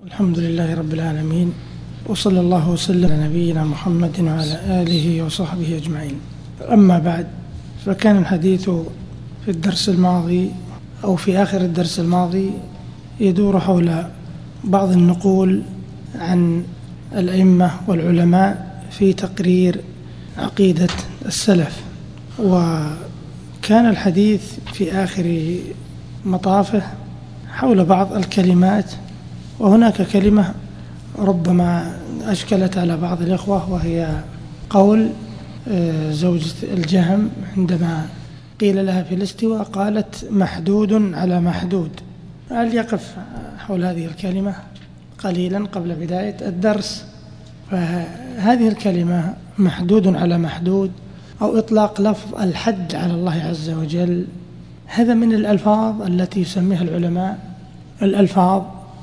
الحمد لله رب العالمين، وصلى الله وسلم على نبينا محمد وعلى آله وصحبه أجمعين. أما بعد، فكان الحديث في الدرس الماضي أو في آخر الدرس الماضي يدور حول بعض النقول عن الأئمة والعلماء في تقرير عقيدة السلف، وكان الحديث في آخر مطافه حول بعض الكلمات. وهناك كلمة ربما أشكلت على بعض الإخوة، وهي قول زوجة الجهم عندما قيل لها في الاستواء قالت محدود على محدود. هل يقف حول هذه الكلمة قليلا قبل بداية الدرس؟ فهذه الكلمة محدود على محدود أو إطلاق لفظ الحد على الله عز وجل، هذا من الألفاظ التي يسميها العلماء الألفاظ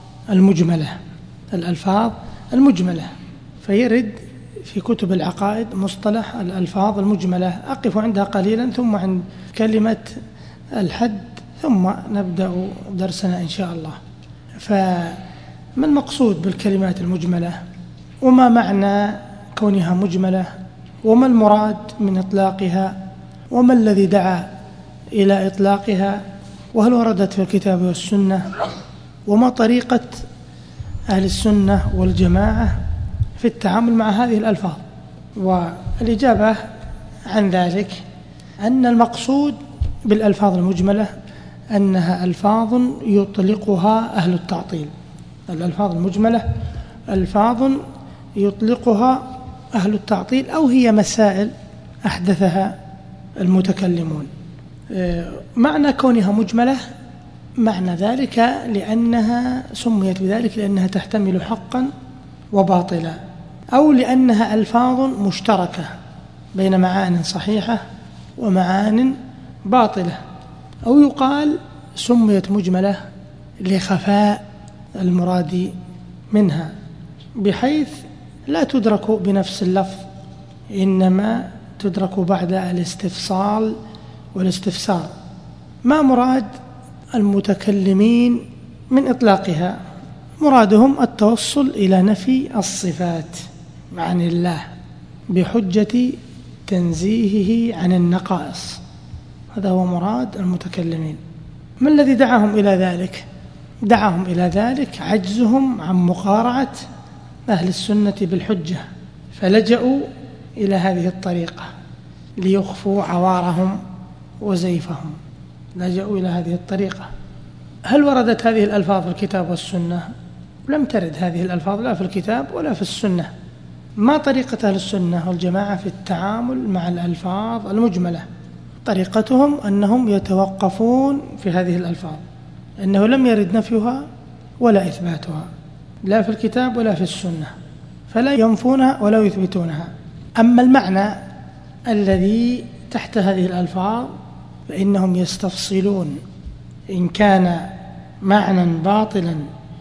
المجملة. فيرد في كتب العقائد مصطلح الألفاظ المجملة، أقف عندها قليلا ثم عند كلمة الحد ثم نبدأ درسنا إن شاء الله. فما المقصود بالكلمات المجملة، وما معنى كونها مجملة، وما المراد من إطلاقها، وما الذي دعا إلى إطلاقها، وهل وردت في الكتاب والسنة، وما طريقة أهل السنة والجماعة في التعامل مع هذه الألفاظ. والإجابة عن ذلك أن المقصود بالألفاظ المجملة أنها ألفاظ يطلقها أهل التعطيل. الألفاظ المجملة ألفاظ يطلقها أهل التعطيل، أو هي مسائل أحدثها المتكلمون. معنى كونها مجملة، معنى ذلك لأنها سميت بذلك لأنها تحتمل حقا وباطلا، أو لأنها ألفاظ مشتركة بين معان صحيحة ومعان باطلة، أو يقال سميت مجملة لخفاء المراد منها، بحيث لا تدرك بنفس اللفظ، إنما تدرك بعد الاستفصال والاستفسار. ما مراد المتكلمين من إطلاقها؟ مرادهم التوصل إلى نفي الصفات عن الله بحجة تنزيهه عن النقائص، هذا هو مراد المتكلمين. ما الذي دعاهم إلى ذلك؟ دعاهم إلى ذلك عجزهم عن مقارعة أهل السنة بالحجة، فلجأوا إلى هذه الطريقة ليخفوا عوارهم وزيفهم، لجأوا إلى هذه الطريقة. هل وردت هذه الألفاظ في الكتاب والسنة؟ لم ترد هذه الألفاظ لا في الكتاب ولا في السنة. ما طريقة أهل السنة والجماعة في التعامل مع الألفاظ المجملة؟ طريقتهم أنهم يتوقفون في هذه الألفاظ، أنه لم يرد نفيها ولا إثباتها لا في الكتاب ولا في السنة، فلا ينفونها ولا يثبتونها. أما المعنى الذي تحت هذه الألفاظ فإنهم يستفصلون، إن كان معنى باطلا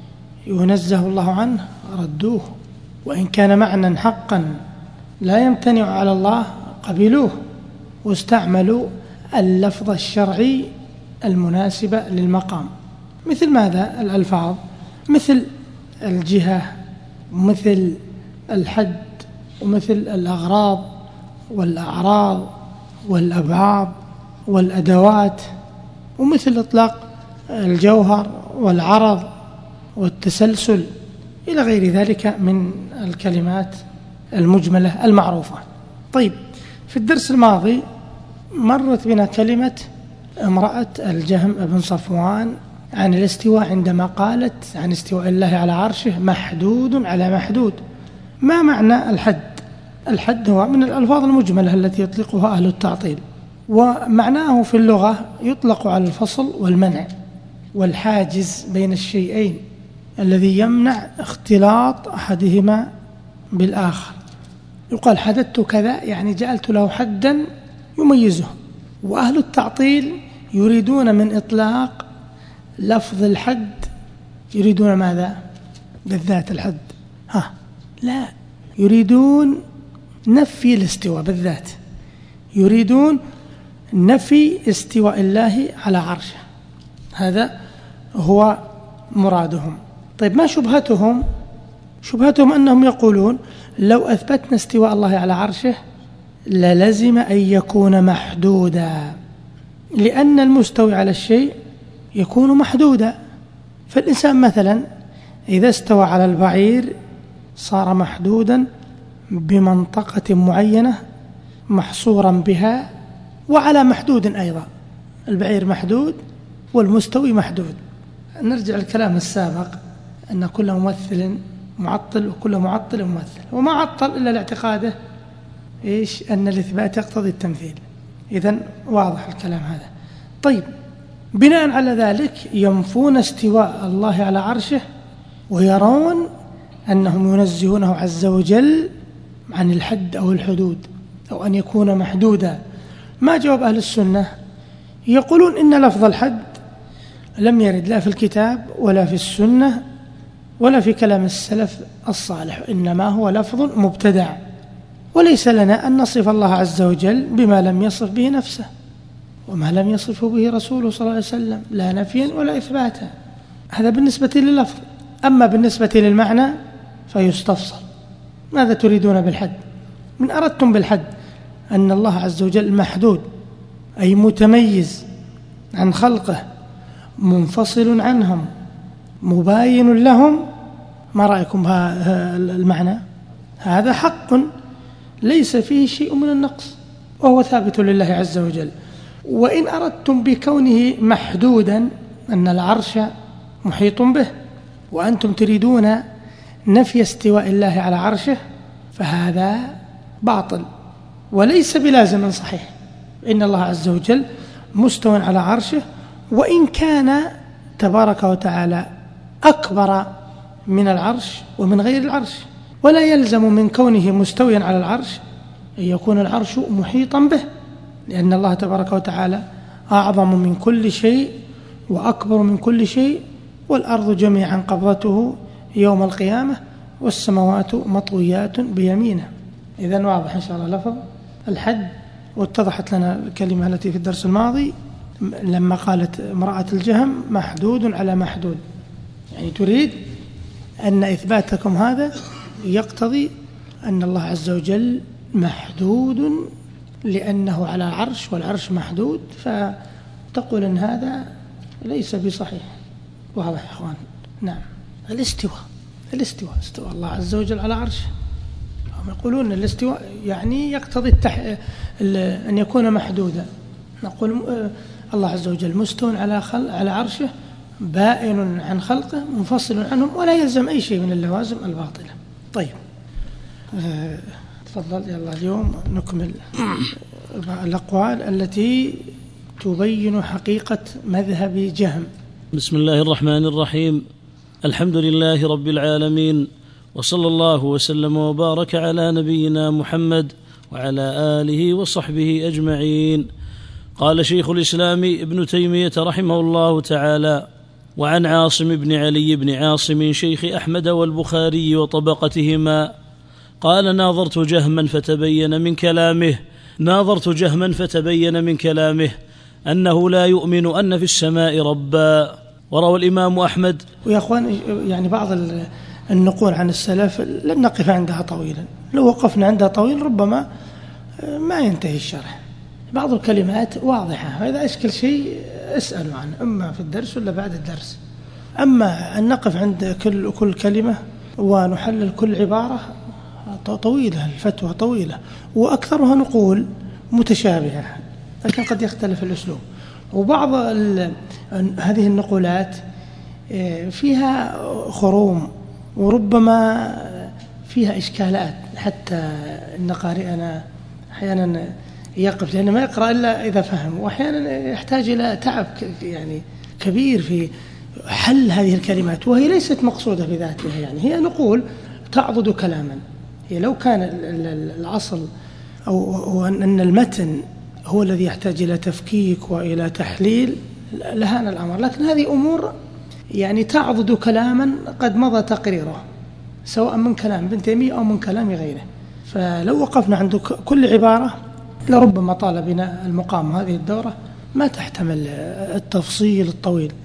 ينزه الله عنه ردوه، وإن كان معنى حقا لا يمتنع على الله قبلوه، واستعملوا اللفظ الشرعي المناسب للمقام. مثل ماذا؟ الألفاظ مثل الجهة، مثل الحد، ومثل الأغراض والأعراض والأبعاد والأدوات، ومثل إطلاق الجوهر والعرض والتسلسل إلى غير ذلك من الكلمات المجملة المعروفة. طيب، في الدرس الماضي مرت بنا كلمة امرأة الجهم بن صفوان عن الاستواء، عندما قالت عن استواء الله على عرشه محدود على محدود. ما معنى الحد؟ الحد هو من الألفاظ المجملة التي يطلقها أهل التعطيل، ومعناه في اللغة يطلق على الفصل والمنع والحاجز بين الشيئين الذي يمنع اختلاط أحدهما بالآخر. يقال حددت كذا، يعني جعلت له حدا يميزه. وأهل التعطيل يريدون من إطلاق لفظ الحد يريدون ماذا؟ بالذات الحد؟ لا، يريدون نفي الاستواء بالذات، يريدون نفي استواء الله على عرشه، هذا هو مرادهم. طيب ما شبهتهم؟ شبهتهم أنهم يقولون لو أثبتنا استواء الله على عرشه للزم أن يكون محدودا، لأن المستوي على الشيء يكون محدودا. فالإنسان مثلا إذا استوى على البعير صار محدودا بمنطقة معينة محصورا بها وعلى محدود أيضا، البعير محدود والمستوي محدود. نرجع الكلام السابق أن كل ممثل معطل وكل معطل ممثل، وما عطل إلا لاعتقاده أن الإثبات يقتضي التمثيل. إذن واضح الكلام هذا. طيب، بناء على ذلك ينفون استواء الله على عرشه ويرون أنهم ينزهونه عز وجل عن الحد أو الحدود أو أن يكون محدودا. ما جواب أهل السنة؟ يقولون إن لفظ الحد لم يرد لا في الكتاب ولا في السنة ولا في كلام السلف الصالح، إنما هو لفظ مبتدع، وليس لنا أن نصف الله عز وجل بما لم يصف به نفسه وما لم يصفه به رسوله صلى الله عليه وسلم، لا نفيا ولا إثباتا. هذا بالنسبة لللفظ. أما بالنسبة للمعنى فيستفصل. ماذا تريدون بالحد؟ من أردتم بالحد أن الله عز وجل محدود أي متميز عن خلقه، منفصل عنهم، مباين لهم، ما رأيكم بهذا المعنى؟ هذا حق ليس فيه شيء من النقص وهو ثابت لله عز وجل. وإن أردتم بكونه محدودا أن العرش محيط به وأنتم تريدون نفي استواء الله على عرشه فهذا باطل وليس بلازم صحيح. إن الله عز وجل مستوى على عرشه، وإن كان تبارك وتعالى أكبر من العرش ومن غير العرش، ولا يلزم من كونه مستويا على العرش أن يكون العرش محيطا به، لأن الله تبارك وتعالى أعظم من كل شيء وأكبر من كل شيء، والأرض جميعا قبضته يوم القيامة والسماوات مطويات بيمينه. إذن واضح إن شاء الله لفظ الحد. واتضحت لنا الكلمة التي في الدرس الماضي لما قالت امرأة الجهم محدود على محدود، يعني تريد أن إثباتكم هذا يقتضي أن الله عز وجل محدود لأنه على عرش والعرش محدود، فتقول أن هذا ليس بصحيح. واضح يا أخوان؟ نعم. الاستواء استوى الله عز وجل على عرشه، هم يقولون الاستواء يعني يقتضي أن يكون محدودا. نقول الله عز وجل مستوى على عرشه، بائن عن خلقه، منفصل عنهم، ولا يلزم أي شيء من اللوازم الباطلة. طيب، تفضل. يلا اليوم نكمل الأقوال التي تبين حقيقة مذهب جهم. بسم الله الرحمن الرحيم. الحمد لله رب العالمين، وصلى الله وسلم وبارك على نبينا محمد وعلى آله وصحبه أجمعين. قال شيخ الإسلام ابن تيمية رحمه الله تعالى: وعن عاصم بن علي بن عاصم شيخ أحمد والبخاري وطبقتهما قال: ناظرت جهما فتبين من كلامه أنه لا يؤمن أن في السماء ربا. وروى الإمام أحمد. ويا أخوان، يعني بعض النقول عن السلف لن نقف عندها طويلا، لو وقفنا عندها طويل ربما ما ينتهي الشرح. بعض الكلمات واضحة، وإذا أشكل شيء اسألوا عنه إما في الدرس ولا بعد الدرس. أما أن نقف عند كل كلمة ونحلل كل عبارة طويلة، الفتوى طويلة، وأكثرها نقول متشابهة، لكن قد يختلف الأسلوب. وبعض هذه النقولات فيها خروم وربما فيها إشكالات، حتى إن قارئنا أحيانا يقف لأنه ما يقرأ إلا إذا فهم، وأحيانا يحتاج إلى تعب يعني كبير في حل هذه الكلمات، وهي ليست مقصودة بذاتها، يعني هي نقول تعضد كلاما. هي لو كان الأصل أو أن المتن هو الذي يحتاج إلى تفكيك وإلى تحليل لهان الأمر، لكن هذه أمور يعني تعضد كلاما قد مضى تقريره، سواء من كلام ابن تيمية أو من كلام غيره. فلو وقفنا عند كل عبارة لربما طال بنا المقام هذه الدورة، ما تحتمل التفصيل الطويل.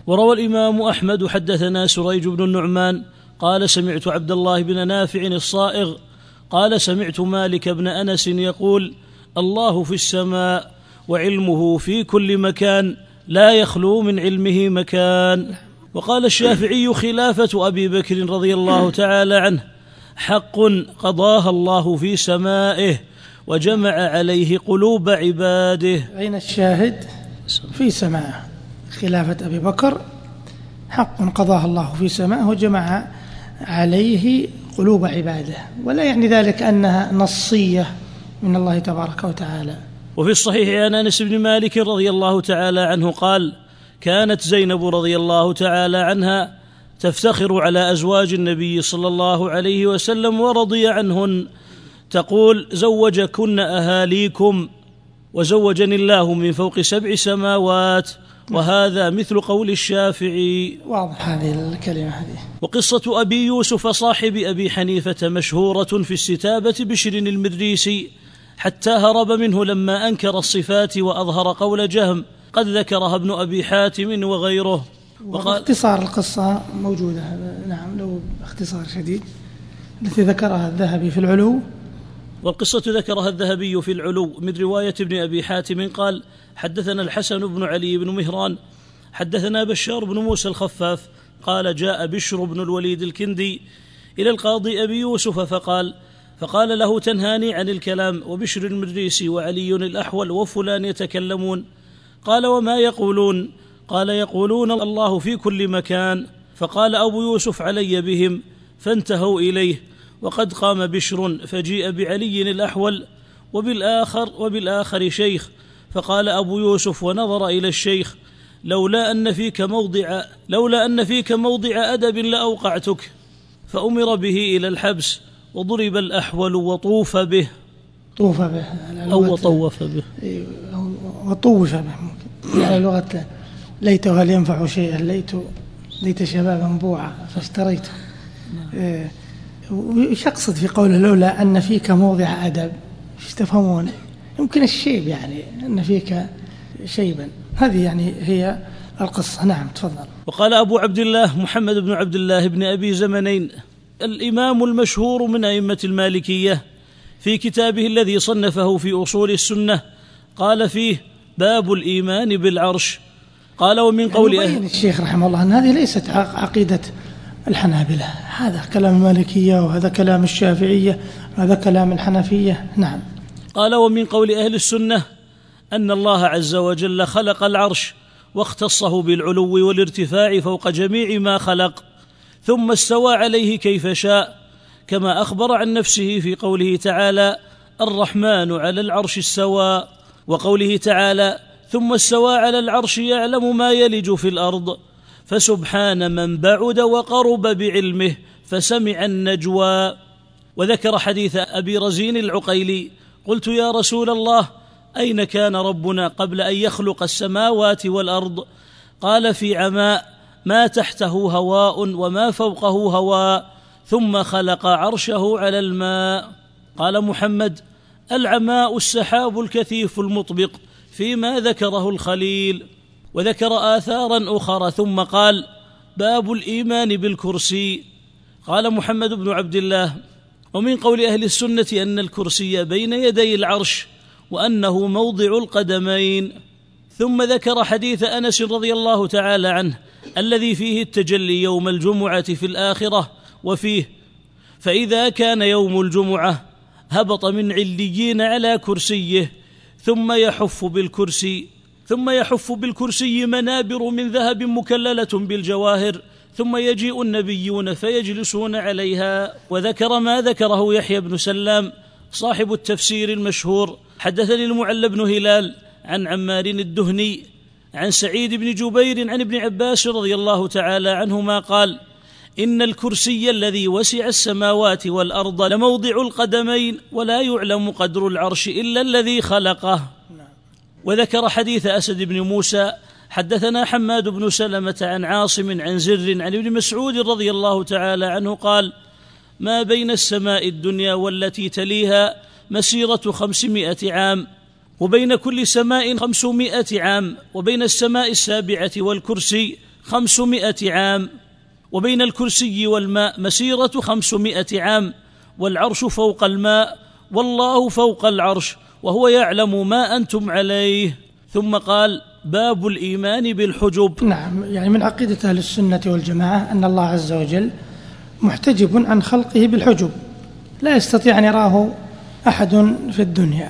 وروى الإمام أحمد حدثنا سريج بن النعمان قال سمعت عبد الله بن نافع الصائغ قال سمعت مالك بن أنس يقول الله في السماء وعلمه في كل مكان لا يخلو من علمه مكان. وقال الشافعي خلافة أبي بكر رضي الله تعالى عنه حق قضاها الله في سمائه وجمع عليه قلوب عباده. أين الشاهد؟ في سمائه. خلافة أبي بكر حق قضاها الله في سمائه وجمع عليه قلوب عباده، ولا يعني ذلك أنها نصية من الله تبارك وتعالى. وفي الصحيح عن أنس بن مالك رضي الله تعالى عنه قال كانت زينب رضي الله تعالى عنها تفتخر على أزواج النبي صلى الله عليه وسلم ورضي عنهن تقول زوجكن أهاليكم وزوجني الله من فوق 7 سماوات، وهذا مثل قول الشافعي. واضح هذه الكلمة هذه. وقصة أبي يوسف صاحب أبي حنيفة مشهورة في استتابة بشر المريسي حتى هرب منه لما أنكر الصفات وأظهر قول جهم قد ذكرها ابن أبي حاتم وغيره. اختصار القصة موجودة، نعم، لو باختصار شديد، التي ذكرها الذهبي في العلو. والقصة ذكرها الذهبي في العلو من رواية ابن أبي حاتم قال حدثنا الحسن بن علي بن مهران حدثنا بشار بن موسى الخفاف قال جاء بشر بن الوليد الكندي إلى القاضي أبي يوسف فقال له تنهاني عن الكلام وبشر المريسي وعلي الأحول وفلان يتكلمون. قال وما يقولون؟ قال يقولون الله في كل مكان. فقال أبو يوسف علي بهم، فانتهوا إليه وقد قام بشر فجيء بعلي الأحول وبالآخر شيخ، فقال أبو يوسف ونظر إلى الشيخ لولا أن فيك موضع أدب لأوقعتك، فأمر به إلى الحبس وضرب الأحول وطوف به أو وطوف به وطوف به على لغة ليته هل ينفع شيئا، ليت شبابا بوعا فاشتريته. وش يقصد في قوله لولا أن فيك موضع أدب؟ ايش تفهمون؟ يمكن الشيب، يعني أن فيك شيبا، هذه يعني هي القصة. نعم تفضل. وقال أبو عبد الله محمد بن عبد الله بن أبي زمنين الإمام المشهور من أئمة المالكية في كتابه الذي صنفه في أصول السنة قال فيه باب الإيمان بالعرش. قال ومن قول يبين الشيخ رحمه الله أن هذه ليست عقيدة الحنابلة، هذا كلام المالكية وهذا كلام الشافعية وهذا كلام الحنفية. نعم. قال ومن قول أهل السنة أن الله عز وجل خلق العرش واختصه بالعلو والارتفاع فوق جميع ما خلق، ثم استوى عليه كيف شاء، كما أخبر عن نفسه في قوله تعالى الرحمن على العرش استوى، وقوله تعالى ثم استوى على العرش يعلم ما يلج في الأرض، فسبحان من بعد وقرب بعلمه فسمع النجوى. وذكر حديث أبي رزين العقيلي قلت يا رسول الله أين كان ربنا قبل أن يخلق السماوات والأرض؟ قال في عماء ما تحته هواء وما فوقه هواء، ثم خلق عرشه على الماء. قال محمد العماء السحاب الكثيف المطبق فيما ذكره الخليل. وذكر آثارا أخرى ثم قال باب الإيمان بالكرسي. قال محمد بن عبد الله ومن قول أهل السنة أن الكرسي بين يدي العرش وأنه موضع القدمين. ثم ذكر حديث أنس رضي الله تعالى عنه الذي فيه التجلي يوم الجمعة في الآخرة، وفيه فإذا كان يوم الجمعة هبط من عليين على كرسيه ثم يحف بالكرسي منابر من ذهب مكللة بالجواهر، ثم يجيء النبيون فيجلسون عليها. وذكر ما ذكره يحيى بن سلام صاحب التفسير المشهور حدثني المعلى بن هلال عن عمار الدهني عن سعيد بن جبير عن ابن عباس رضي الله تعالى عنهما قال إن الكرسي الذي وسع السماوات والأرض لموضع القدمين ولا يعلم قدر العرش إلا الذي خلقه. وذكر حديث أسد بن موسى حدثنا حماد بن سلمة عن عاصم عن زر عن ابن مسعود رضي الله تعالى عنه قال ما بين السماء الدنيا والتي تليها مسيرة 500 عام، وبين كل سماء 500 عام، وبين السماء السابعة والكرسي 500 عام، وبين الكرسي والماء مسيرة 500 عام، والعرش فوق الماء، والله فوق العرش، وهو يعلم ما أنتم عليه. ثم قال: باب الإيمان بالحجب. نعم، يعني من عقيدة أهل السنة والجماعة أن الله عز وجل محتجب عن خلقه بالحجب، لا يستطيع أن يراه أحد في الدنيا،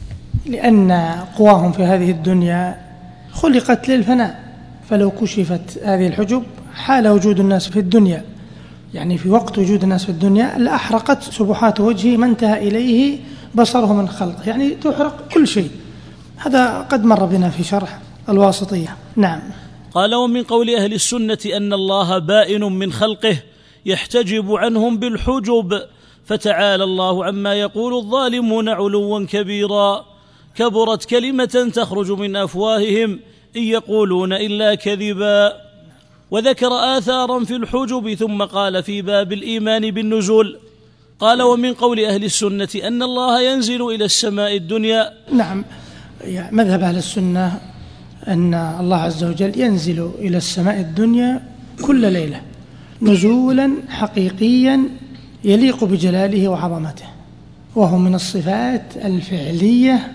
لأن قواهم في هذه الدنيا خلقت للفناء، فلو كشفت هذه الحجب حال وجود الناس في الدنيا، يعني في وقت وجود الناس في الدنيا لأحرقت سبحات وجهه ما انتهى إليه بصره من خلقه، يعني تحرق كل شيء. هذا قد مر بنا في شرح الواسطية. نعم. قال: ومن قول أهل السنة أن الله بائن من خلقه يحتجب عنهم بالحجب، فتعالى الله عما يقول الظالمون علوا كبيرا، كبرت كلمة تخرج من أفواههم إن يقولون إلا كذبا. وذكر آثارا في الحجب، ثم قال في باب الإيمان بالنزول، قال: ومن قول أهل السنة أن الله ينزل إلى السماء الدنيا. نعم، مذهب أهل السنة أن الله عز وجل ينزل إلى السماء الدنيا كل ليلة نزولا حقيقيا يليق بجلاله وعظمته، وهو من الصفات الفعلية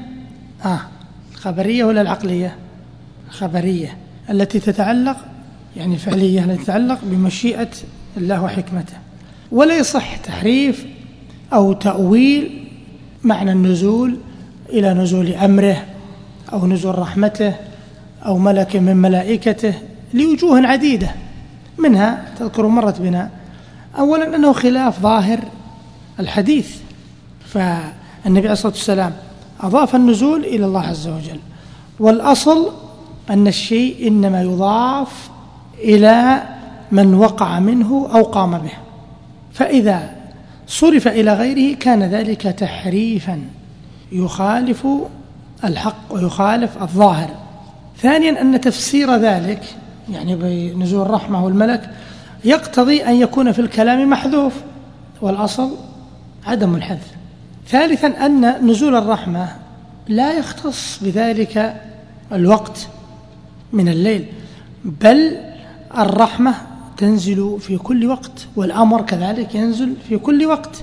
الخبرية ولا العقلية؟ الخبرية التي تتعلق، يعني فعلية التي تتعلق بمشيئة الله وحكمته، ولا يصح تحريف أو تأويل معنى النزول إلى نزول أمره أو نزول رحمته أو ملك من ملائكته لوجوه عديدة، منها تذكر مرت بنا أولا أنه خلاف ظاهر الحديث، فالنبي عليه الصلاة والسلام أضاف النزول إلى الله عز وجل، والأصل أن الشيء إنما يضاف إلى من وقع منه أو قام به، فإذا صرف إلى غيره كان ذلك تحريفا يخالف الحق ويخالف الظاهر. ثانيا أن تفسير ذلك يعني بنزول الرحمة والملك يقتضي أن يكون في الكلام محذوف، والأصل عدم الحذف. ثالثا أن نزول الرحمة لا يختص بذلك الوقت من الليل، بل الرحمة تنزل في كل وقت، والأمر كذلك ينزل في كل وقت.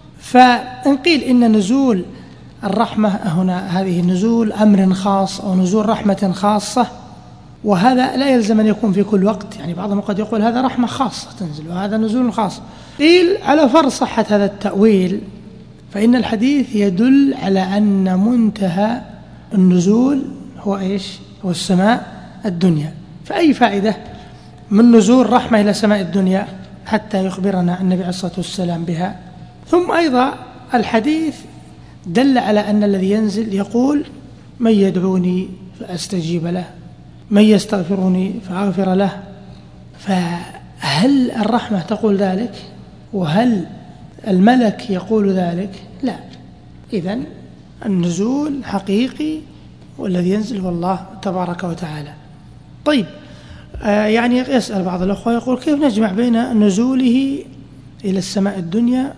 فإن قيل إن نزول الرحمة هنا هذه نزول أمر خاص أو نزول رحمة خاصة، وهذا لا يلزم أن يكون في كل وقت، يعني بعضهم قد يقول هذا رحمة خاصة تنزل وهذا نزول خاص. قيل على فرض صحة هذا التأويل فإن الحديث يدل على أن منتهى النزول هو إيش؟ هو السماء الدنيا. فأي فائدة من نزول رحمة إلى سماء الدنيا حتى يخبرنا النبي عليه الصلاة والسلام بها؟ ثم أيضا الحديث دل على أن الذي ينزل يقول: من يدعوني فأستجيب له، من يستغفرني فأغفر له. فهل الرحمة تقول ذلك؟ وهل الملك يقول ذلك؟ لا. إذن النزول حقيقي، والذي ينزل هو الله تبارك وتعالى. طيب، يعني يسأل بعض الأخوة يقول: كيف نجمع بين نزوله إلى السماء الدنيا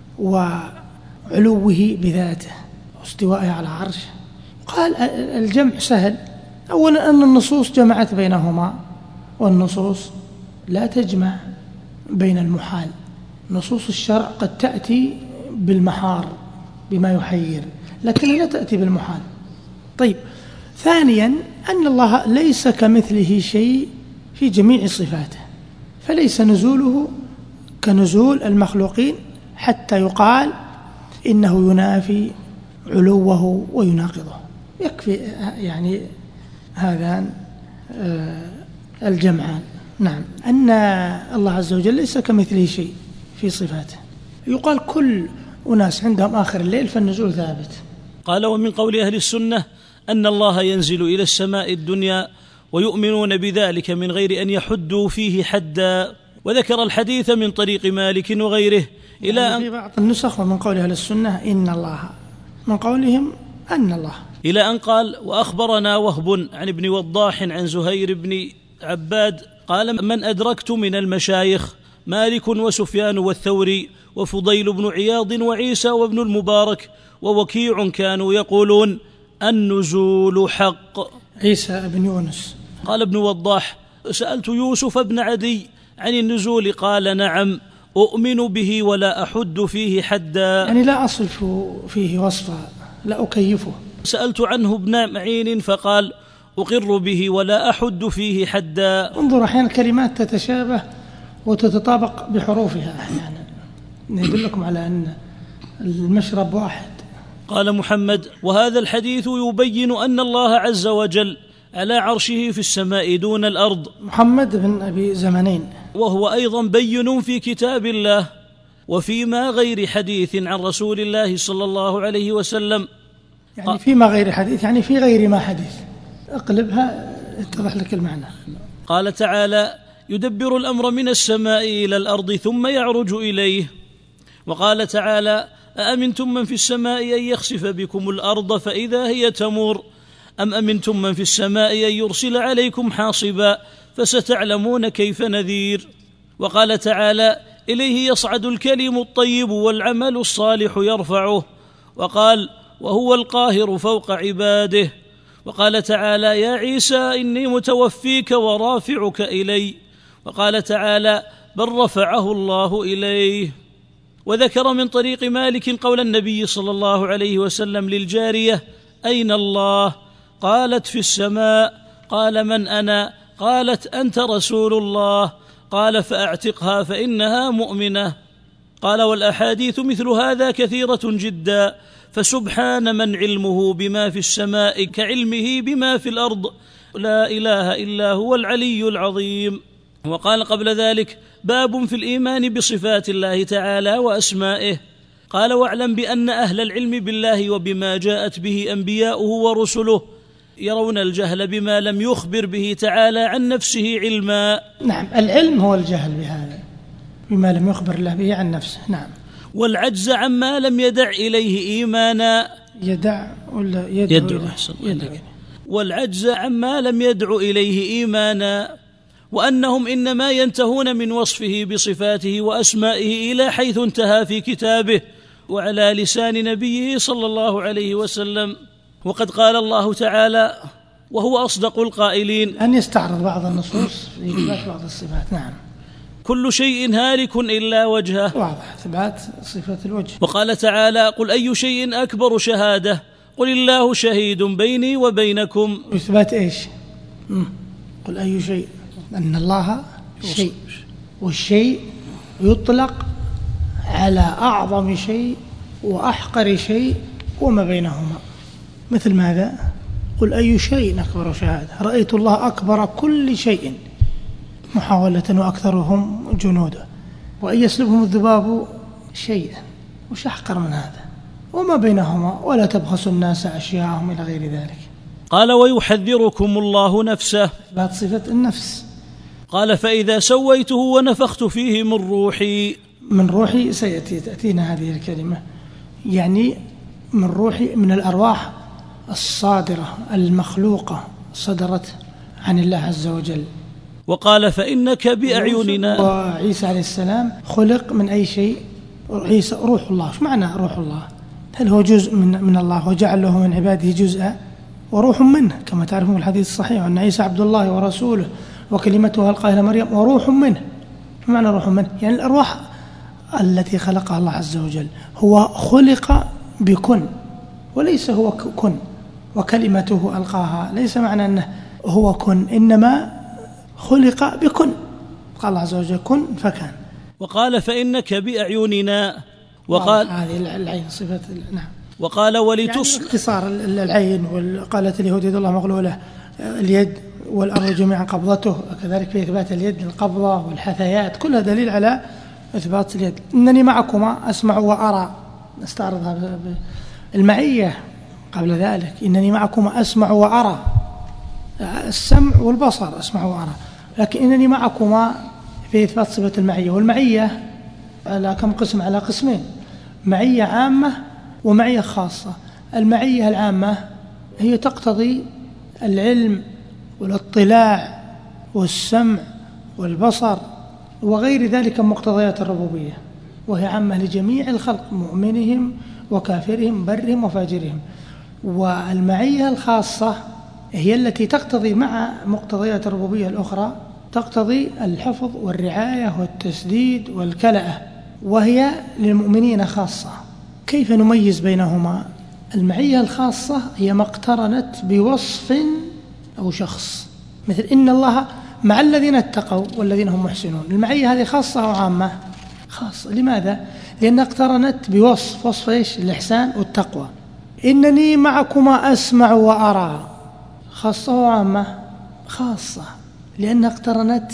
وعلوه بذاته واستوائه على عرشه؟ قال: الجمع سهل. أولا أن النصوص جمعت بينهما، والنصوص لا تجمع بين المحال. نصوص الشرع قد تأتي بالمحار بما يحير، لكنها لا تأتي بالمحال. طيب، ثانيا أن الله ليس كمثله شيء في جميع صفاته، فليس نزوله كنزول المخلوقين حتى يقال إنه ينافي علوه ويناقضه. يكفي يعني هذان الجمعان. نعم، أن الله عز وجل ليس كمثله شيء في صفاته. يقال كل أناس عندهم آخر الليل فالنزول ثابت. قال: ومن قول أهل السنة أن الله ينزل إلى السماء الدنيا ويؤمنون بذلك من غير أن يحدوا فيه حدا. وذكر الحديث من طريق مالك وغيره إلى يعني في بعض النسخ ومن قول أهل السنة إن الله، من قولهم أن الله، إلى أن قال: وأخبرنا وهب عن ابن وضاح عن زهير بن عباد قال: من أدركت من المشايخ مالك وسفيان والثوري وفضيل بن عياض وعيسى وابن المبارك ووكيع كانوا يقولون النزول حق. عيسى بن يونس. قال ابن وضاح: سألت يوسف بن عدي عن النزول قال نعم أؤمن به ولا أحد فيه حدا، يعني لا أصف فيه وصفا، لا أكيفه. سألت عنه ابن معين فقال أقر به ولا أحد فيه حدا. انظر، أحيانا الكلمات تتشابه وتتطابق بحروفها أحيانا، يدلكم على أن المشرب واحد. قال محمد: وهذا الحديث يبين أن الله عز وجل على عرشه في السماء دون الأرض. محمد بن أبي زمنين، وهو أيضا بين في كتاب الله وفيما غير حديث عن رسول الله صلى الله عليه وسلم. يعني فيما غير حديث، يعني في غير ما حديث، اقلبها اتضح لك المعنى. قال تعالى: يدبر الأمر من السماء إلى الأرض ثم يعرج إليه. وقال تعالى: أأمنتم من في السماء أن يخسف بكم الأرض فإذا هي تمور أم أمنتم من في السماء أن يرسل عليكم حاصبا فستعلمون كيف نذير. وقال تعالى: إليه يصعد الكلم الطيب والعمل الصالح يرفعه. وقال: وهو القاهر فوق عباده. وقال تعالى: يا عيسى إني متوفيك ورافعك إلي. وقال تعالى: بل رفعه الله إليه. وذكر من طريق مالك قول النبي صلى الله عليه وسلم للجارية: أين الله؟ قالت: في السماء. قال: من أنا؟ قالت: أنت رسول الله. قال: فأعتقها فإنها مؤمنة. قال: والأحاديث مثل هذا كثيرة جدا، فسبحان من علمه بما في السماء كعلمه بما في الأرض، لا إله إلا هو العلي العظيم. وقال قبل ذلك: باب في الإيمان بصفات الله تعالى وأسمائه. قال: واعلم بأن أهل العلم بالله وبما جاءت به أنبياؤه ورسله يرون الجهل بما لم يخبر به تعالى عن نفسه علما. نعم، العلم هو الجهل بهذا بما لم يخبر الله به عن نفسه. نعم. والعجز عما لم يدع إليه إيمانا. يدع ولا يدعو؟ والعجز عما لم يدع إليه إيمانا، وأنهم إنما ينتهون من وصفه بصفاته وأسمائه إلى حيث انتهى في كتابه وعلى لسان نبيه صلى الله عليه وسلم. وقد قال الله تعالى وهو أصدق القائلين: أن يستعرض بعض النصوص في إثبات بعض الصفات. نعم. كل شيء هالك إلا وجهه. واضح، إثبات صفة الوجه. وقال تعالى: قل أي شيء أكبر شهادة قل الله شهيد بيني وبينكم. إثبات إيش؟ قل أي شيء، أن الله شيء، والشيء يطلق على أعظم شيء وأحقر شيء وما بينهما. مثل ماذا؟ قل أي شيء أكبر شهادة، رأيت الله أكبر كل شيء محاولة وأكثرهم جنودا، وأن يسلبهم الذباب شيئا، وش أحقر من هذا؟ وما بينهما ولا تبخسوا الناس أشياءهم إلى غير ذلك. قال: ويحذركم الله نفسه. إثبات صفة النفس. قال: فإذا سويته ونفخت فيه من روحي. من روحي تأتينا هذه الكلمة، يعني من روحي، من الأرواح الصادرة المخلوقة صدرت عن الله عز وجل. وقال: فإنك بأعيننا. وعيسى عليه السلام خلق من أي شيء؟ عيسى روح الله. شو معنى روح الله؟ هل هو جزء من الله وجعل له من عباده جزءا وروح منه، كما تعرفون الحديث الصحيح أن عيسى عبد الله ورسوله وكلمته ألقاها إلى مريم وروح منه. شو معنى روح منه؟ يعني الأرواح التي خلقها الله عز وجل. هو خلق بكن وليس هو كن، وكلمته ألقاها ليس معنى أنه هو كن، إنما خلق بكن. قال الله عز وجل كن فكان. وقال: فإنك بأعيننا. وقال: هذه العين صفة. نعم. وقال: ولتصبح. يعني اختصار العين. وقالت اليهود يد الله مغلولة، اليد والأرض جميعا قبضته، كذلك في إثبات اليد القبضة والحثيات، كلها دليل على إثبات اليد. إنني معكما أسمع وأرى، نستعرضها المعية قبل ذلك. إنني معكما أسمع وأرى، السمع والبصر، أسمع وأرى. لكن إنني معكما في إثبات صفة المعية. والمعية على كم قسم؟ على قسمين: معية عامة ومعية خاصة. المعية العامة هي تقتضي العلم والاطلاع والسمع والبصر وغير ذلك من مقتضيات الربوبية، وهي عامة لجميع الخلق، مؤمنهم وكافرهم، برهم وفاجرهم. والمعية الخاصة هي التي تقتضي مع مقتضيات الربوبية الأخرى تقتضي الحفظ والرعاية والتسديد والكلأة، وهي للمؤمنين خاصة. كيف نميز بينهما؟ المعية الخاصة هي ما اقترنت بوصف أو شخص، مثل إن الله مع الذين اتقوا والذين هم محسنون. المعية هذه خاصة أو عامة؟ خاصة. لماذا؟ لأنها اقترنت بوصف، وصف إيش؟ الإحسان والتقوى. إنني معكما أسمع وأرى، خاصة أو عامة؟ خاصة، لأنها اقترنت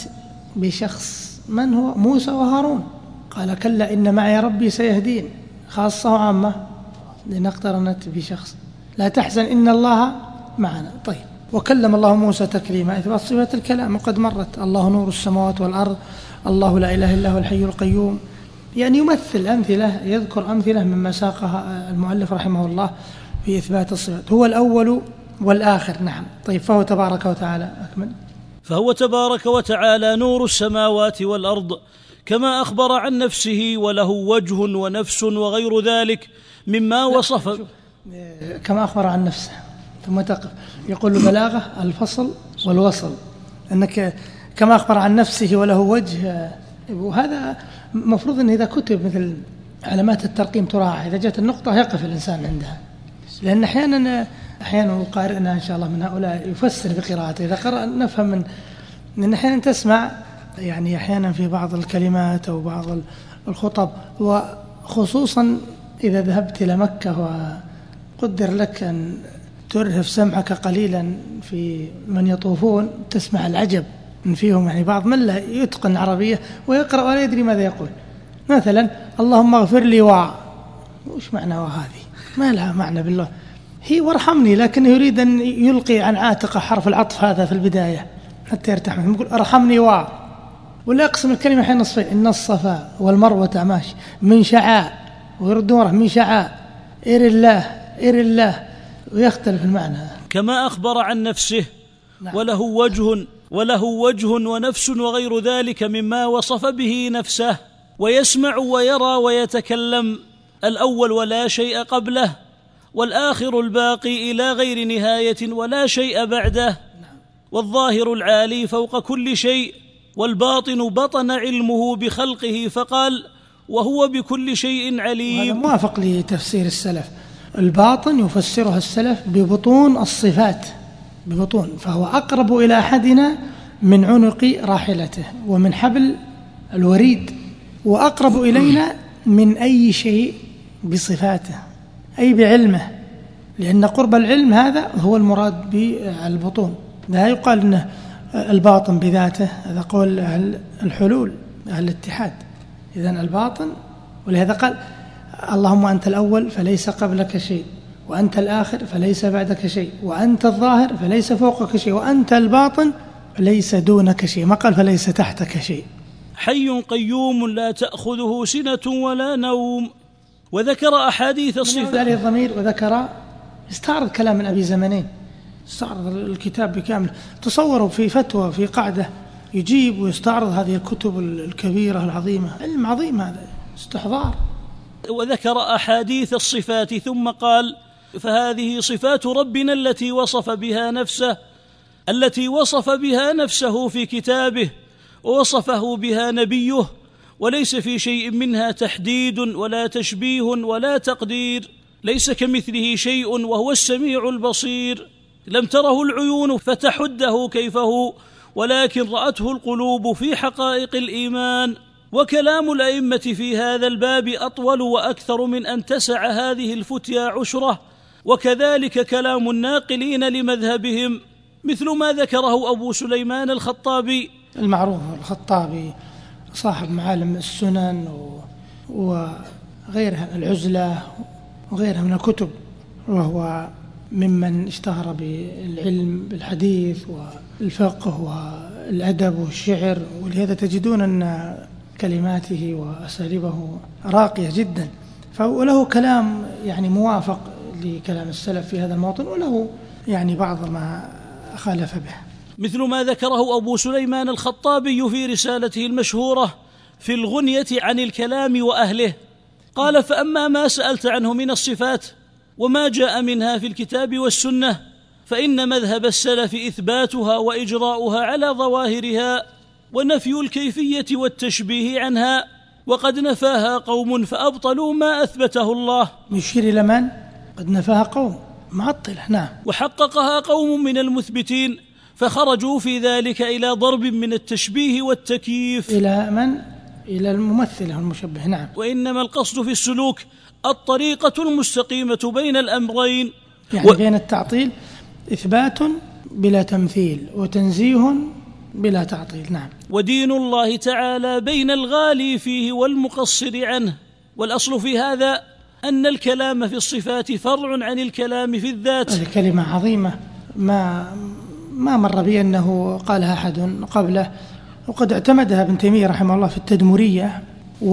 بشخص، من هو؟ موسى وهارون. قال كلا إن معي ربي سيهدين، خاصة أو عامة؟ لأنها اقترنت بشخص. لا تحزن إن الله معنا. طيب، وكلم الله موسى تكليما، إثبات صفة الكلام وقد مرت. الله نور السماوات والأرض، الله لا إله إلا هو الحي القيوم. يعني يمثل أمثلة، يذكر أمثلة مما ساقها المؤلف رحمه الله في إثبات الصفات. هو الأول والآخر. نعم. طيب، فهو تبارك وتعالى. أكمل. فهو تبارك وتعالى نور السماوات والأرض كما أخبر عن نفسه، وله وجه ونفس وغير ذلك مما وصف. كما أخبر عن نفسه ثم تقف. يقول البلاغة الفصل والوصل، أنك كما أخبر عن نفسه وله وجه. وهذا مفروض أن إذا كتب مثل علامات الترقيم تراعى، إذا جاءت النقطة يقف الإنسان عندها، لأن أحيانا وقارئنا إن شاء الله من هؤلاء يفسر بقراءته. إذا قرأ نفهم من أحيانا تسمع، يعني أحيانا في بعض الكلمات أو بعض الخطب، وخصوصا إذا ذهبت إلى مكة وقدر لك أن ترهف سمعك قليلا في من يطوفون، تسمع العجب من فيهم. يعني بعض من لا يتقن عربية ويقرأ ولا يدري ماذا يقول. مثلا اللهم اغفر لي وش معنى وهذه؟ ما لها معنى بالله. هي وارحمني، لكنه يريد أن يلقي عن عاتقه حرف العطف هذا في البداية حتى يرتاح منه. يقول ارحمني ولا يقسم الكلمة حين نصفين. إن الصفا والمروة ماشي من شعاء، ويردون من شعاء إر الله ويختلف المعنى. كما أخبر عن نفسه. نعم. وله وجه ونفس وغير ذلك مما وصف به نفسه، ويسمع ويرى ويتكلم، الأول ولا شيء قبله، والآخر الباقي إلى غير نهاية ولا شيء بعده، والظاهر العالي فوق كل شيء، والباطن بطن علمه بخلقه فقال وهو بكل شيء عليم. هذا موافق لتفسير السلف. الباطن يفسرها السلف ببطون الصفات، ببطون، فهو أقرب إلى أحدنا من عنق راحلته ومن حبل الوريد، وأقرب إلينا من أي شيء بصفاته أي بعلمه، لأن قرب العلم هذا هو المراد بالبطون. لا يقال أنه الباطن بذاته، هذا قول أهل الحلول أهل الاتحاد. إذن الباطن، ولهذا قال اللهم أنت الأول فليس قبلك شيء، وأنت الآخر فليس بعدك شيء، وأنت الظاهر فليس فوقك شيء، وأنت الباطن فليس دونك شيء، ما قال فليس تحتك شيء. حي قيوم لا تأخذه سنة ولا نوم. وذكر أحاديث الصفات عليه الضمير، وذكر استعرض كلام من أبي زمنين، استعرض الكتاب بكامل. تصوروا في فتوى في قاعدة يجيب ويستعرض هذه الكتب الكبيرة العظيمة، علم عظيم هذا، استحضار. وذكر أحاديث الصفات ثم قال فهذه صفات ربنا التي وصف بها نفسه في كتابه، ووصفه بها نبيه، وليس في شيء منها تحديد ولا تشبيه ولا تقدير، ليس كمثله شيء وهو السميع البصير، لم تره العيون فتحده كيف هو، ولكن رأته القلوب في حقائق الإيمان. وكلام الأئمة في هذا الباب أطول وأكثر من أن تسع هذه الفتيا عشرة، وكذلك كلام الناقلين لمذهبهم، مثل ما ذكره أبو سليمان الخطابي المعروف، الخطابي صاحب معالم السنن وغيرها، العزلة وغيرها من الكتب، وهو ممن اشتهر بالعلم بالحديث والفقه والأدب والشعر، ولهذا تجدون أن كلماته وأساليبه راقية جدا. فله كلام يعني موافق لكلام السلف في هذا الموطن، وله يعني بعض ما خالف به، مثل ما ذكره أبو سليمان الخطابي في رسالته المشهورة في الغنية عن الكلام وأهله. قال فأما ما سألت عنه من الصفات وما جاء منها في الكتاب والسنة، فإن مذهب السلف إثباتها وإجراؤها على ظواهرها، ونفي الكيفية والتشبيه عنها، وقد نفاها قوم فأبطلوا ما أثبته الله. يشير إلى من؟ قد نفاها قوم معطلة. نعم. وحققها قوم من المثبتين فخرجوا في ذلك إلى ضرب من التشبيه والتكييف. إلى من؟ إلى الممثلة والمشبه. نعم. وإنما القصد في السلوك الطريقة المستقيمة بين الأمرين، يعني بين التعطيل إثبات بلا تمثيل وتنزيه بلا تعطيل. نعم. ودين الله تعالى بين الغالي فيه والمقصر عنه. والأصل في هذا أن الكلام في الصفات فرع عن الكلام في الذات. هذه كلمة عظيمة ما مر بي أنه قالها أحد قبله، وقد اعتمدها ابن تيمية رحمه الله في التدمرية،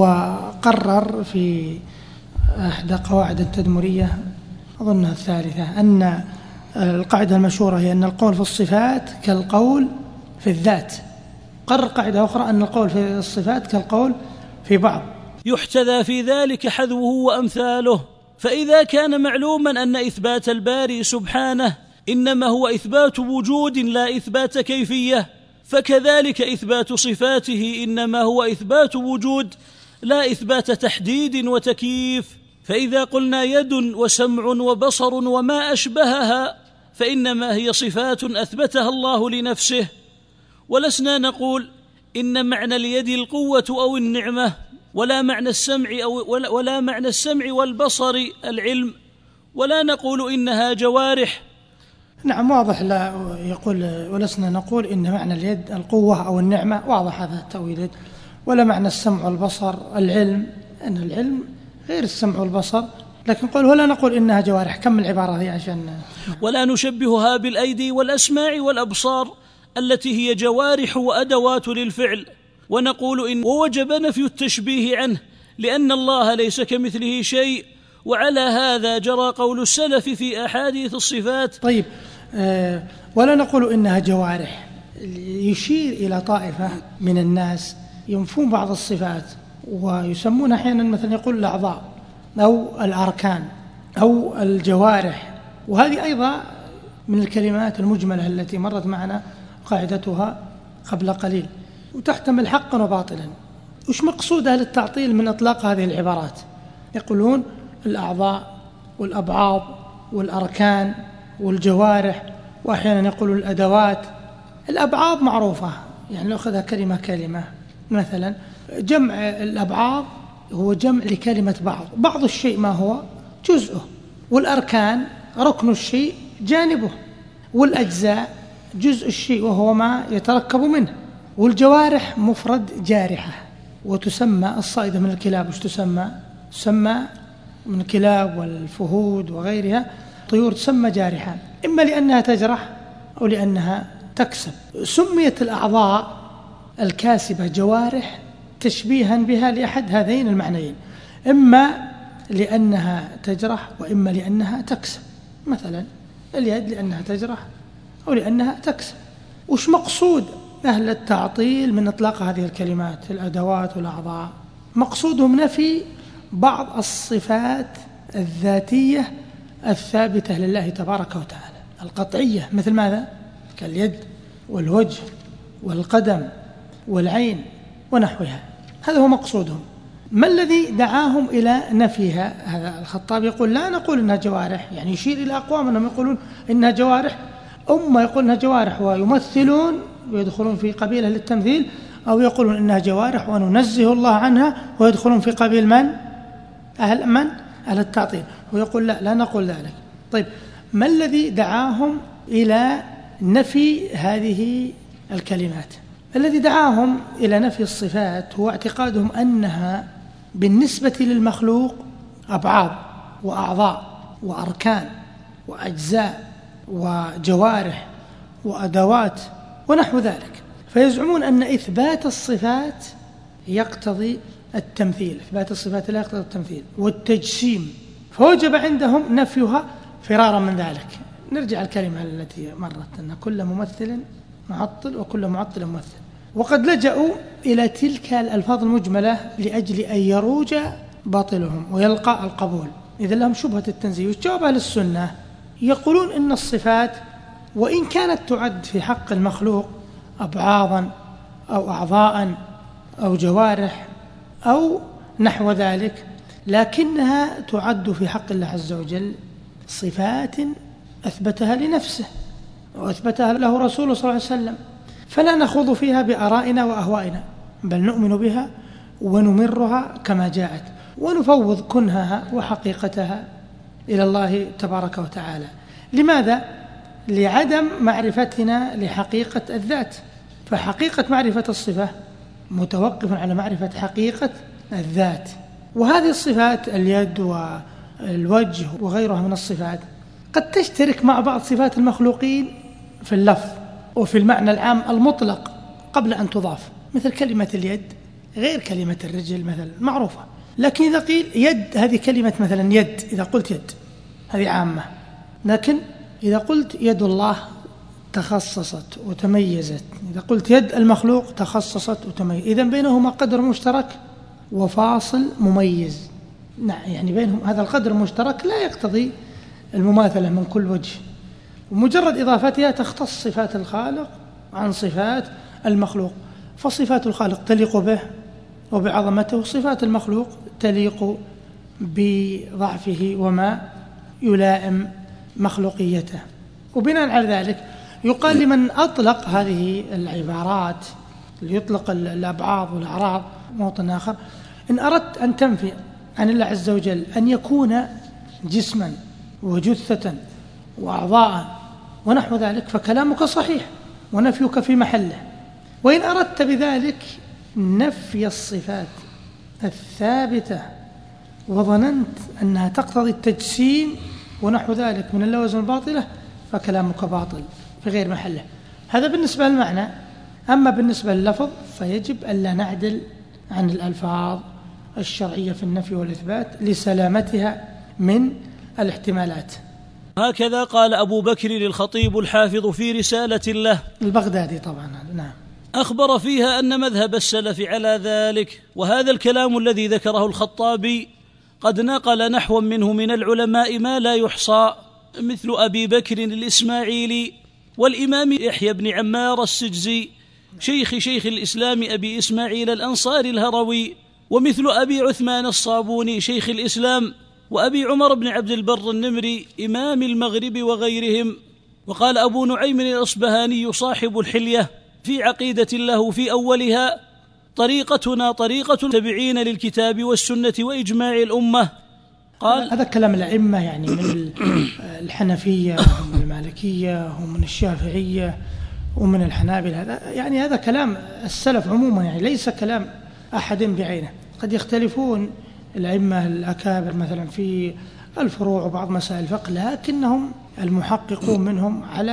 وقرر في أحدى قواعد التدمرية أظنها الثالثة أن القاعدة المشهورة هي أن القول في الصفات كالقول في الذات. قرر قاعدة أخرى أن القول في الصفات كالقول في بعض. يحتذى في ذلك حذوه وأمثاله. فإذا كان معلوما أن إثبات الباري سبحانه إنما هو إثبات وجود لا إثبات كيفية، فكذلك إثبات صفاته إنما هو إثبات وجود لا إثبات تحديد وتكييف. فإذا قلنا يد وسمع وبصر وما أشبهها فإنما هي صفات أثبتها الله لنفسه، ولسنا نقول إن معنى اليد القوة أو النعمة، ولا معنى السمع والبصر العلم، ولا نقول إنها جوارح. نعم واضح. لا يقول ولسنا نقول إن معنى اليد القوة أو النعمة، واضح هذا التأويل. ولا معنى السمع والبصر العلم، أن العلم غير السمع والبصر. لكن قل ولا نقول إنها جوارح. كم العبارة هذه عشان ولا نشبهها بالأيدي والأسماع والأبصار التي هي جوارح وأدوات للفعل، ونقول إن ووجب نفي التشبيه عنه لأن الله ليس كمثله شيء. وعلى هذا جرى قول السلف في أحاديث الصفات. طيب ولا نقول إنها جوارح. يشير إلى طائفة من الناس ينفون بعض الصفات ويسمون أحيانا مثلا يقول الأعضاء أو الأركان أو الجوارح، وهذه أيضا من الكلمات المجملة التي مرت معنا قاعدتها قبل قليل، وتحتمل حقا وباطلا. وش مقصود أهل التعطيل من إطلاق هذه العبارات؟ يقولون الأعضاء والأبعاض والأركان والجوارح، وأحيانا يقولون الأدوات. الأبعاض معروفة، يعني نأخذها كلمة مثلا جمع الأبعاض هو جمع لكلمة بعض الشيء ما هو جزءه، والأركان ركن الشيء جانبه، والأجزاء جزء الشيء وهو ما يتركب منه، والجوارح مفرد جارحة. وتسمى الصائدة من الكلاب وش تسمى من الكلاب والفهود وغيرها طيور تسمى جارحة، إما لأنها تجرح أو لأنها تكسب. سميت الأعضاء الكاسبة جوارح تشبيها بها لأحد هذين المعنيين، إما لأنها تجرح وإما لأنها تكسب. مثلا اليد لأنها تجرح أو لأنها تكسب. وش مقصود أهل التعطيل من إطلاق هذه الكلمات الأدوات والأعضاء؟ مقصودهم نفي بعض الصفات الذاتية الثابتة لله تبارك وتعالى القطعية، مثل ماذا؟ كاليد والوجه والقدم والعين ونحوها. هذا هو مقصودهم. ما الذي دعاهم إلى نفيها؟ هذا الخطابي يقول لا نقول إنها جوارح، يعني يشير إلى أقوام أنهم يقولون إنها جوارح، أما يقول إنها جوارح ويمثلون ويدخلون في قبيلة للتمثيل، أو يقولون إنها جوارح وننزه الله عنها ويدخلون في قبيل من؟ أهل التعطيل. ويقول لا نقول ذلك. طيب ما الذي دعاهم إلى نفي هذه الكلمات؟ الذي دعاهم إلى نفي الصفات هو اعتقادهم أنها بالنسبة للمخلوق أبعاض وأعضاء وأركان وأجزاء وجوارح وأدوات ونحو ذلك، فيزعمون أن إثبات الصفات يقتضي التمثيل، إثبات الصفات لا يقتضي التمثيل والتجسيم، فوجب عندهم نفيها فرارا من ذلك. نرجع الكلمة التي مرت أن كل ممثل معطل وكل معطل ممثل، وقد لجأوا إلى تلك الألفاظ المجملة لأجل أن يروج باطلهم ويلقى القبول. إذا لهم شبهة التنزيه. والجواب أهل السنة يقولون إن الصفات وإن كانت تعد في حق المخلوق أبعاضا أو أعضاء أو جوارح أو نحو ذلك، لكنها تعد في حق الله عز وجل صفات أثبتها لنفسه وأثبتها له رسوله صلى الله عليه وسلم، فلا نخوض فيها بآرائنا وأهوائنا، بل نؤمن بها ونمرها كما جاءت، ونفوض كنهها وحقيقتها إلى الله تبارك وتعالى. لماذا؟ لعدم معرفتنا لحقيقة الذات، فحقيقة معرفة الصفة متوقف على معرفة حقيقة الذات. وهذه الصفات اليد والوجه وغيرها من الصفات قد تشترك مع بعض صفات المخلوقين في اللفظ وفي المعنى العام المطلق قبل أن تضاف، مثل كلمة اليد غير كلمة الرجل مثلا معروفة، لكن إذا قيل يد هذه كلمة مثلا يد، إذا قلت يد هذه عامة، لكن إذا قلت يد الله تخصصت وتميزت، إذا قلت يد المخلوق تخصصت وتميزت، إذن بينهما قدر مشترك وفاصل مميز، يعني بينهم هذا القدر المشترك لا يقتضي المماثلة من كل وجه، ومجرد إضافتها تختص صفات الخالق عن صفات المخلوق، فصفات الخالق تليق به وبعظمته، صفات المخلوق تليق بضعفه وما يلائم مخلوقيته. وبناء على ذلك يقال لمن أطلق هذه العبارات، اللي يطلق الأبعاض والأعراض موطن آخر، إن أردت أن تنفي عن الله عز وجل أن يكون جسما وجثة وأعضاء ونحو ذلك فكلامك صحيح ونفيك في محله، وإن أردت بذلك نفي الصفات الثابتة وظننت أنها تقتضي التجسيم ونحو ذلك من اللوازم الباطلة فكلامك باطل في غير محله. هذا بالنسبة للمعنى. أما بالنسبة لللفظ فيجب ألا نعدل عن الألفاظ الشرعية في النفي والإثبات لسلامتها من الاحتمالات. هكذا قال أبو بكر الخطيب الحافظ في رسالة له البغدادي طبعا، نعم، أخبر فيها أن مذهب السلف على ذلك. وهذا الكلام الذي ذكره الخطابي قد نقل نحو منه من العلماء ما لا يحصى، مثل أبي بكر الإسماعيلي والإمام يحيى بن عمار السجزي شيخ الإسلام أبي إسماعيل الأنصاري الهروي، ومثل أبي عثمان الصابوني شيخ الإسلام، وأبي عمر بن عبد البر النمري إمام المغرب وغيرهم. وقال أبو نعيم الأصبهاني صاحب الحلية في عقيدة له في أولها: طريقتنا طريقة تبعين للكتاب والسنة وإجماع الأمة. قال هذا كلام الأئمة، يعني من الحنفية ومن المالكية ومن الشافعية ومن الحنابلة، هذا كلام السلف عموما، يعني ليس كلام أحد بعينه. قد يختلفون الأئمة الأكابر مثلا في الفروع وبعض مسائل الفقه، لكنهم المحققون منهم على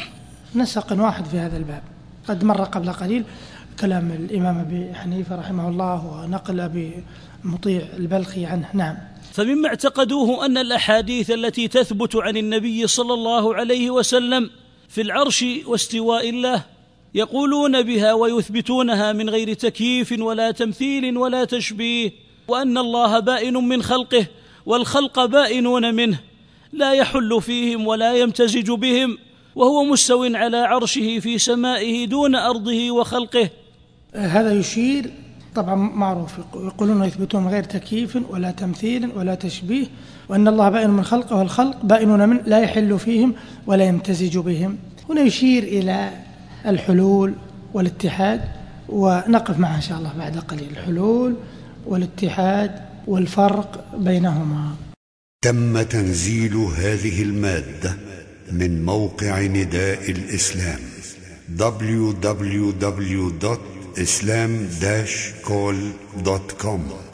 نسق واحد في هذا الباب. قد مر قبل قليل كلام الإمام أبي حنيفة رحمه الله ونقل أبي مطيع البلخي عنه. نعم. فمما اعتقدوه أن الأحاديث التي تثبت عن النبي صلى الله عليه وسلم في العرش واستواء الله يقولون بها ويثبتونها من غير تكييف ولا تمثيل ولا تشبيه، وأن الله بائن من خلقه والخلق بائنون منه، لا يحل فيهم ولا يمتزج بهم، وهو مستو على عرشه في سمائه دون أرضه وخلقه. هذا يشير، طبعا معروف، يقولون يثبتون غير تكييف ولا تمثيل ولا تشبيه، وأن الله بائن من خلقه والخلق بائنون منه لا يحل فيهم ولا يمتزج بهم. هنا يشير إلى الحلول والاتحاد، ونقف معها إن شاء الله بعد قليل. الحلول والاتحاد والفرق بينهما. تم تنزيل هذه المادة من موقع نداء الإسلام www.islam-call.com